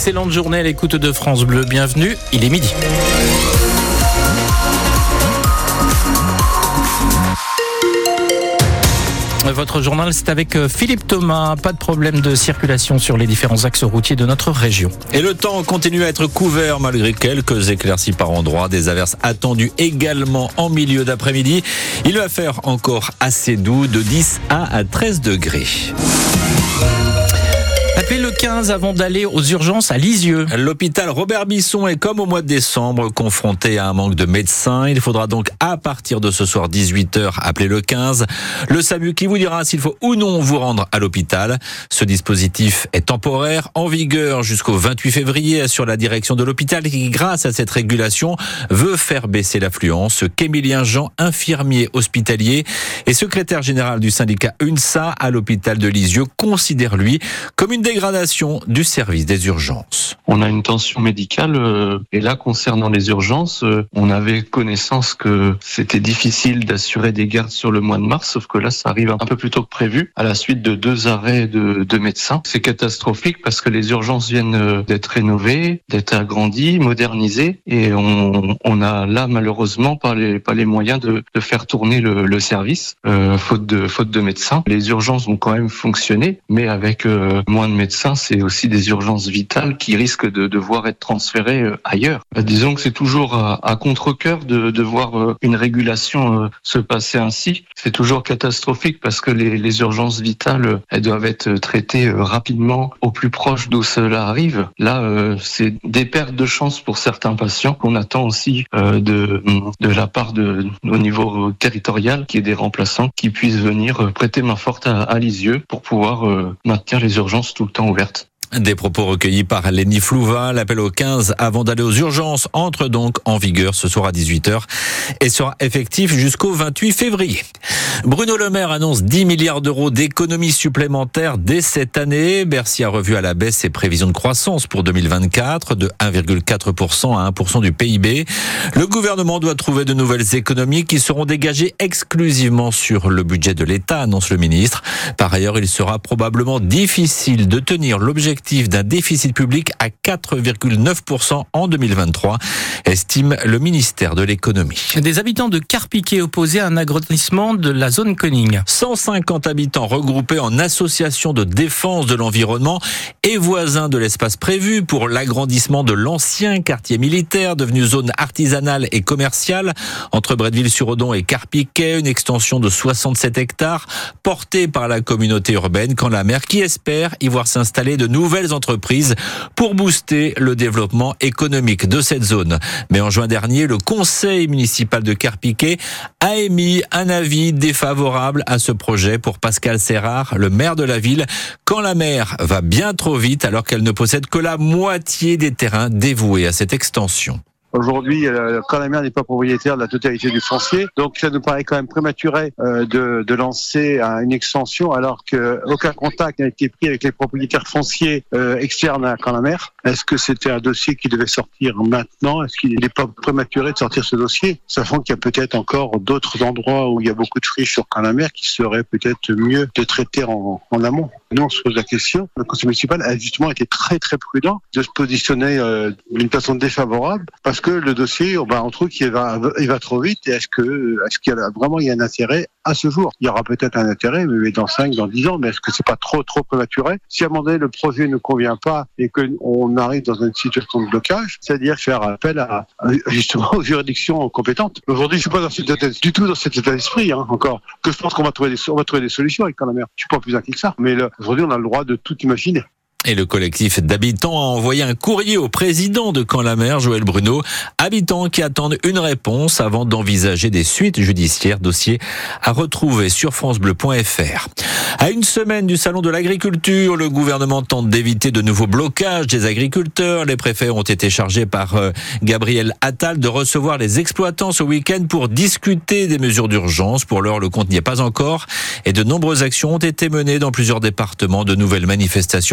excellente journée à l'écoute de France Bleu. Bienvenue, il est midi. Votre journal, c'est avec Philippe Thomas. Pas de problème de circulation sur les différents axes routiers de notre région. Et le temps continue à être couvert malgré quelques éclaircies par endroits. Des averses attendues également en milieu d'après-midi. Il va faire encore assez doux, de 10 à 13 degrés. Appelez le 15 avant d'aller aux urgences à Lisieux. L'hôpital Robert Bisson est comme au mois de décembre confronté à un manque de médecins. Il faudra donc à partir de ce soir 18h appeler le 15. Le SAMU qui vous dira s'il faut ou non vous rendre à l'hôpital. Ce dispositif est temporaire, en vigueur jusqu'au 28 février, assure la direction de l'hôpital qui, grâce à cette régulation, veut faire baisser l'affluence. Qu'Émilien Jean, infirmier hospitalier et secrétaire général du syndicat UNSA à l'hôpital de Lisieux, considère lui comme une dégradation du service des urgences. On a une tension médicale et là, concernant les urgences, on avait connaissance que c'était difficile d'assurer des gardes sur le mois de mars, sauf que là, ça arrive un peu plus tôt que prévu, à la suite de 2 arrêts de médecins. C'est catastrophique parce que les urgences viennent d'être rénovées, d'être agrandies, modernisées, et on a là, malheureusement, pas les moyens de faire tourner le service, faute de médecins. Les urgences vont quand même fonctionner, mais avec moins de médecins, c'est aussi des urgences vitales qui risquent de devoir être transférées ailleurs. Disons que c'est toujours à contre-cœur de voir une régulation se passer ainsi. C'est toujours catastrophique parce que les urgences vitales, elles doivent être traitées rapidement au plus proche d'où cela arrive. Là, c'est des pertes de chance pour certains patients qu'on attend aussi de la part au niveau territorial, qu'il y ait des remplaçants qui puissent venir prêter main forte à Lisieux pour pouvoir maintenir les urgences tout le temps ouvertes. Des propos recueillis par Lénie Flouva. L'appel au 15 avant d'aller aux urgences entre donc en vigueur ce soir à 18h et sera effectif jusqu'au 28 février. Bruno Le Maire annonce 10 milliards d'euros d'économies supplémentaires dès cette année. Bercy a revu à la baisse ses prévisions de croissance pour 2024 de 1,4% à 1% du PIB. Le gouvernement doit trouver de nouvelles économies qui seront dégagées exclusivement sur le budget de l'État, annonce le ministre. Par ailleurs, il sera probablement difficile de tenir l'objectif d'un déficit public à 4,9% en 2023, estime le ministère de l'économie. Des habitants de Carpiquet opposés à un agrandissement de la zone Koning. 150 habitants regroupés en association de défense de l'environnement et voisins de l'espace prévu pour l'agrandissement de l'ancien quartier militaire devenu zone artisanale et commerciale entre Bretteville-sur-Odon et Carpiquet, une extension de 67 hectares portée par la communauté urbaine Camp-la-Mer qui espère y voir s'installer de nouvelles entreprises pour booster le développement économique de cette zone. Mais en juin dernier, le conseil municipal de Carpiquet a émis un avis défavorable à ce projet pour Pascal Serrard, le maire de la ville, quand la mer va bien trop vite alors qu'elle ne possède que la moitié des terrains dévoués à cette extension. Aujourd'hui, Camp-la-Mer n'est pas propriétaire de la totalité du foncier, donc ça nous paraît quand même prématuré de lancer une extension alors qu'aucun contact n'a été pris avec les propriétaires fonciers externes à Camp-la-Mer. Est-ce que c'était un dossier qui devait sortir maintenant ? Est-ce qu'il n'est pas prématuré de sortir ce dossier, sachant qu'il y a peut-être encore d'autres endroits où il y a beaucoup de friches sur Camp-la-Mer qui seraient peut-être mieux de traiter en amont ? Nous, on se pose la question. Le conseil municipal a justement été très très prudent de se positionner d'une façon défavorable parce que le dossier, on trouve qu'il va trop vite. Et est-ce qu'il y a vraiment un intérêt à ce jour ? Il y aura peut-être un intérêt, mais dans 5, dans 10 ans. Mais est-ce que c'est pas trop prématuré ? Si à un moment donné le projet ne convient pas et qu'on arrive dans une situation de blocage, c'est-à-dire faire appel justement aux juridictions compétentes. Aujourd'hui, je suis pas du tout dans cet état d'esprit encore. Que je pense qu'on va trouver des solutions avec Camp-la-Mer. Je suis pas plus inquiet que ça. Mais aujourd'hui, on a le droit de tout imaginer. Et le collectif d'habitants a envoyé un courrier au président de Camp-la-Mer, Joël Bruno. Habitants qui attendent une réponse avant d'envisager des suites judiciaires. Dossier à retrouver sur francebleu.fr. À une semaine du salon de l'agriculture, le gouvernement tente d'éviter de nouveaux blocages des agriculteurs. Les préfets ont été chargés par Gabriel Attal de recevoir les exploitants ce week-end pour discuter des mesures d'urgence. Pour l'heure, le compte n'y est pas encore et de nombreuses actions ont été menées dans plusieurs départements. De nouvelles manifestations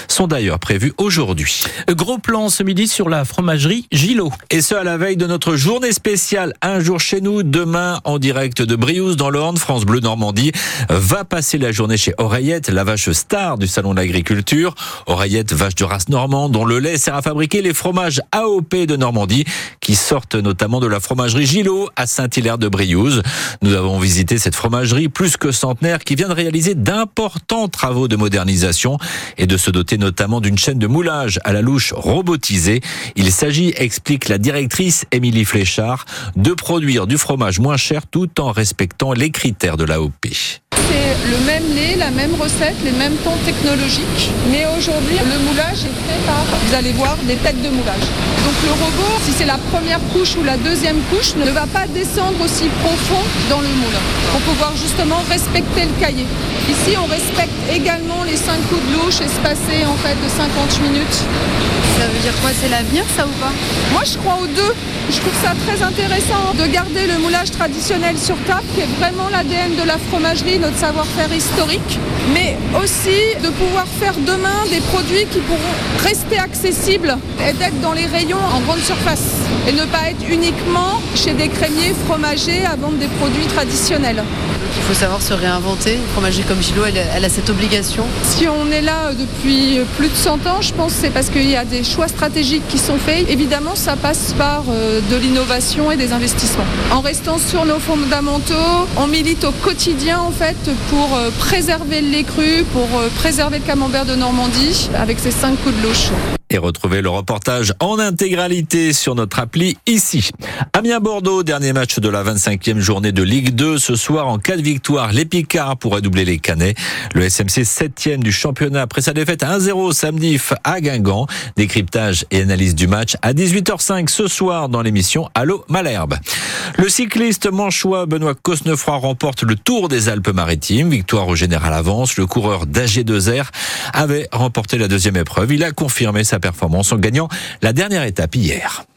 sont d'ailleurs prévues aujourd'hui. Gros plan ce midi sur la fromagerie Gillot. Et ce, à la veille de notre journée spéciale Un jour chez nous. Demain, en direct de Briouze dans l'Orne, France Bleu Normandie va passer la journée chez Oreillette, la vache star du salon de l'agriculture. Oreillette, vache de race normande, dont le lait sert à fabriquer les fromages AOP de Normandie, qui sortent notamment de la fromagerie Gillot à Saint-Hilaire de Briouze. Nous avons visité cette fromagerie plus que centenaire qui vient de réaliser d'importants travaux de modernisation et de se doter notamment d'une chaîne de moulage à la louche robotisée. Il s'agit, explique la directrice Émilie Fléchard, de produire du fromage moins cher tout en respectant les critères de l'AOP. C'est le même lait, la même recette, les mêmes temps technologiques. Mais aujourd'hui, le moulage est fait par, vous allez voir, des têtes de moulage. Donc le robot, si c'est la première couche ou la deuxième couche, ne va pas descendre aussi profond dans le moule pour pouvoir justement respecter le cahier. Ici, on respecte également les 5 coups de louche espacés en fait de 50 minutes. Ça veut dire quoi? C'est l'avenir, ça ou pas? Moi, je crois aux deux. Je trouve ça très intéressant de garder le moulage traditionnel sur table, qui est vraiment l'ADN de la fromagerie, notre savoir-faire historique, mais aussi de pouvoir faire demain des produits qui pourront rester accessibles et d'être dans les rayons en grande surface et ne pas être uniquement chez des crémiers fromagers à vendre des produits traditionnels. Il faut savoir se réinventer. Une fromagerie comme Gillot, elle a cette obligation. Si on est là depuis plus de 100 ans, je pense que c'est parce qu'il y a des choix stratégiques qui sont faits. Évidemment, ça passe par de l'innovation et des investissements. En restant sur nos fondamentaux, on milite au quotidien en fait pour préserver le lait cru, pour préserver le camembert de Normandie avec ses 5 coups de louche. Et retrouvez le reportage en intégralité sur notre appli ici. Amiens-Bordeaux, dernier match de la 25e journée de Ligue 2. Ce soir, en cas de victoire, les Picards pourraient doubler les Canets. Le SMC 7e du championnat après sa défaite 1-0 samedi à Guingamp. Décryptage et analyse du match à 18h05 ce soir dans l'émission Allô Malherbe. Le cycliste manchois Benoît Cosnefroy remporte le Tour des Alpes-Maritimes. Victoire au général avance. Le coureur d'AG2R avait remporté la deuxième épreuve. Il a confirmé sa performance en gagnant la dernière étape hier.